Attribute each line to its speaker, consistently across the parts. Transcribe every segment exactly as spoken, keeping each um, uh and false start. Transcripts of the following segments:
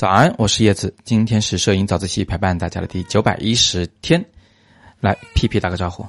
Speaker 1: 早安，我是叶子，今天是摄影早自习陪伴大家的第九百一十天，来屁屁打个招呼。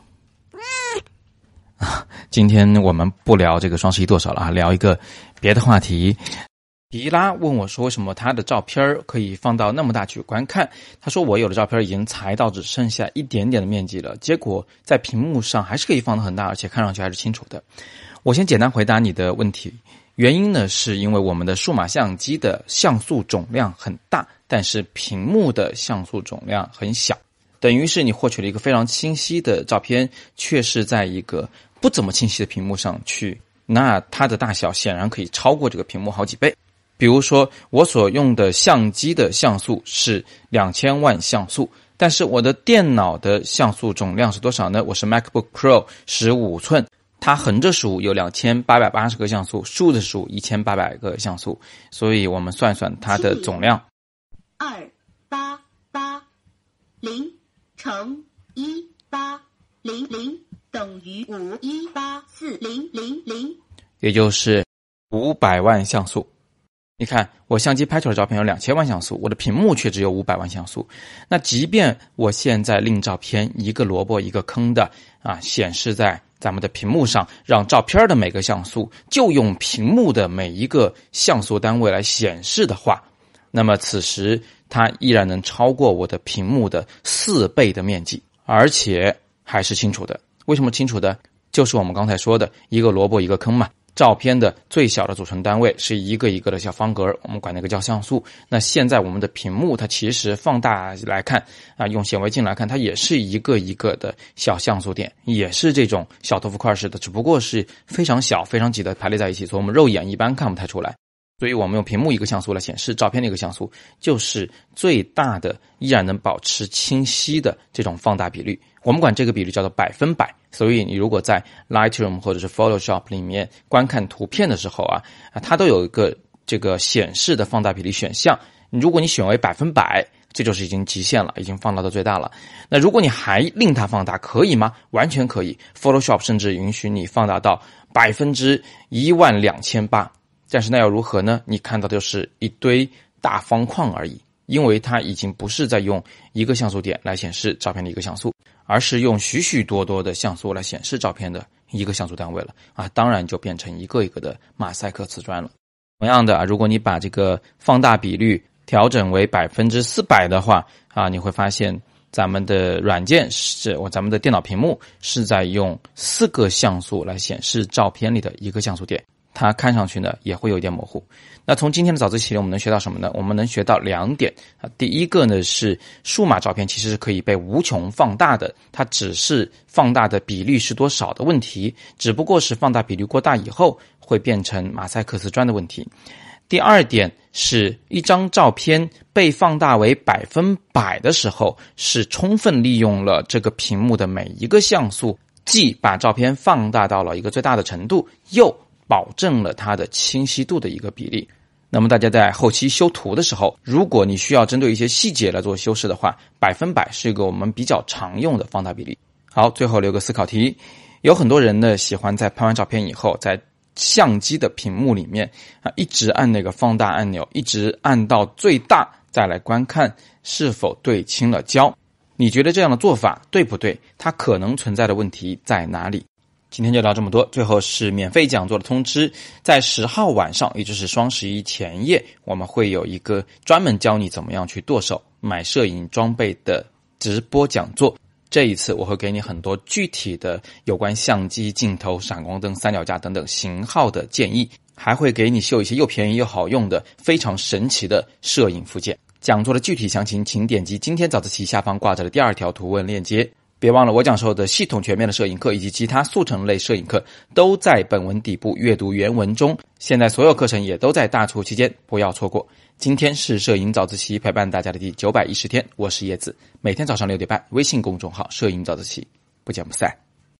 Speaker 1: 啊，今天我们不聊这个双十一剁手了啊，聊一个别的话题。迪拉问我说，为什么他的照片可以放到那么大去观看？他说我有的照片已经裁到只剩下一点点的面积了，结果在屏幕上还是可以放得很大，而且看上去还是清楚的。我先简单回答你的问题。原因呢，是因为我们的数码相机的像素总量很大，但是屏幕的像素总量很小，等于是你获取了一个非常清晰的照片，却是在一个不怎么清晰的屏幕上去，那它的大小显然可以超过这个屏幕好几倍。比如说我所用的相机的像素是两千万像素，但是我的电脑的像素总量是多少呢？我是 MacBook Pro 十五寸，它横着数有两千八百八十个像素，竖着数一千八百个像素，所以我们算算它的总量。
Speaker 2: 二八八零乘一八零零等于五一八四零零零，
Speaker 1: 也就是五百万像素。你看，我相机拍出来的照片有两千万像素，我的屏幕却只有五百万像素。那即便我现在令照片一个萝卜一个坑的啊显示在咱们的屏幕上，让照片的每个像素就用屏幕的每一个像素单位来显示的话，那么此时它依然能超过我的屏幕的四倍的面积，而且还是清楚的。为什么清楚的？就是我们刚才说的一个萝卜一个坑嘛。照片的最小的组成单位是一个一个的小方格，我们管那个叫像素。那现在我们的屏幕它其实放大来看啊，用显微镜来看，它也是一个一个的小像素点，也是这种小豆腐块式的，只不过是非常小非常挤的排列在一起，所以我们肉眼一般看不太出来。所以我们用屏幕一个像素来显示照片的一个像素，就是最大的依然能保持清晰的这种放大比率，我们管这个比率叫做百分百。所以你如果在 Lightroom 或者是 Photoshop 里面观看图片的时候啊，它都有一个这个显示的放大比例选项，如果你选为百分百，这就是已经极限了，已经放大到最大了。那如果你还令它放大，可以吗？完全可以。 Photoshop 甚至允许你放大到百分之一万两千八，但是那又如何呢？你看到的就是一堆大方框而已，因为它已经不是在用一个像素点来显示照片的一个像素，而是用许许多多的像素来显示照片的一个像素单位了啊，当然就变成一个一个的马赛克瓷砖了。同样的啊，如果你把这个放大比率调整为百分之四百的话啊，你会发现咱们的软件是我咱们的电脑屏幕是在用四个像素来显示照片里的一个像素点，它看上去呢也会有一点模糊。那从今天的早自习里我们能学到什么呢？我们能学到两点啊。第一个呢是数码照片其实是可以被无穷放大的，它只是放大的比率是多少的问题，只不过是放大比率过大以后会变成马赛克瓷砖的问题。第二点是一张照片被放大为百分百的时候，是充分利用了这个屏幕的每一个像素，既把照片放大到了一个最大的程度，又保证了它的清晰度的一个比例。那么大家在后期修图的时候，如果你需要针对一些细节来做修饰的话，百分百是一个我们比较常用的放大比例。好，最后留个思考题。有很多人呢喜欢在拍完照片以后，在相机的屏幕里面啊一直按那个放大按钮，一直按到最大再来观看是否对清了焦。你觉得这样的做法对不对？它可能存在的问题在哪里？今天就聊这么多，最后是免费讲座的通知，在十号晚上，也就是双十一前夜，我们会有一个专门教你怎么样去剁手买摄影装备的直播讲座。这一次我会给你很多具体的有关相机、镜头、闪光灯、三脚架等等型号的建议，还会给你秀一些又便宜又好用的非常神奇的摄影附件。讲座的具体详情请点击今天早自习下方挂着的第二条图文链接。别忘了我讲授的系统全面的摄影课以及其他速成类摄影课都在本文底部阅读原文中，现在所有课程也都在大促期间，不要错过。今天是摄影早自习陪伴大家的第九百一十天，我是叶子，每天早上六点半微信公众号摄影早自习，不见不散。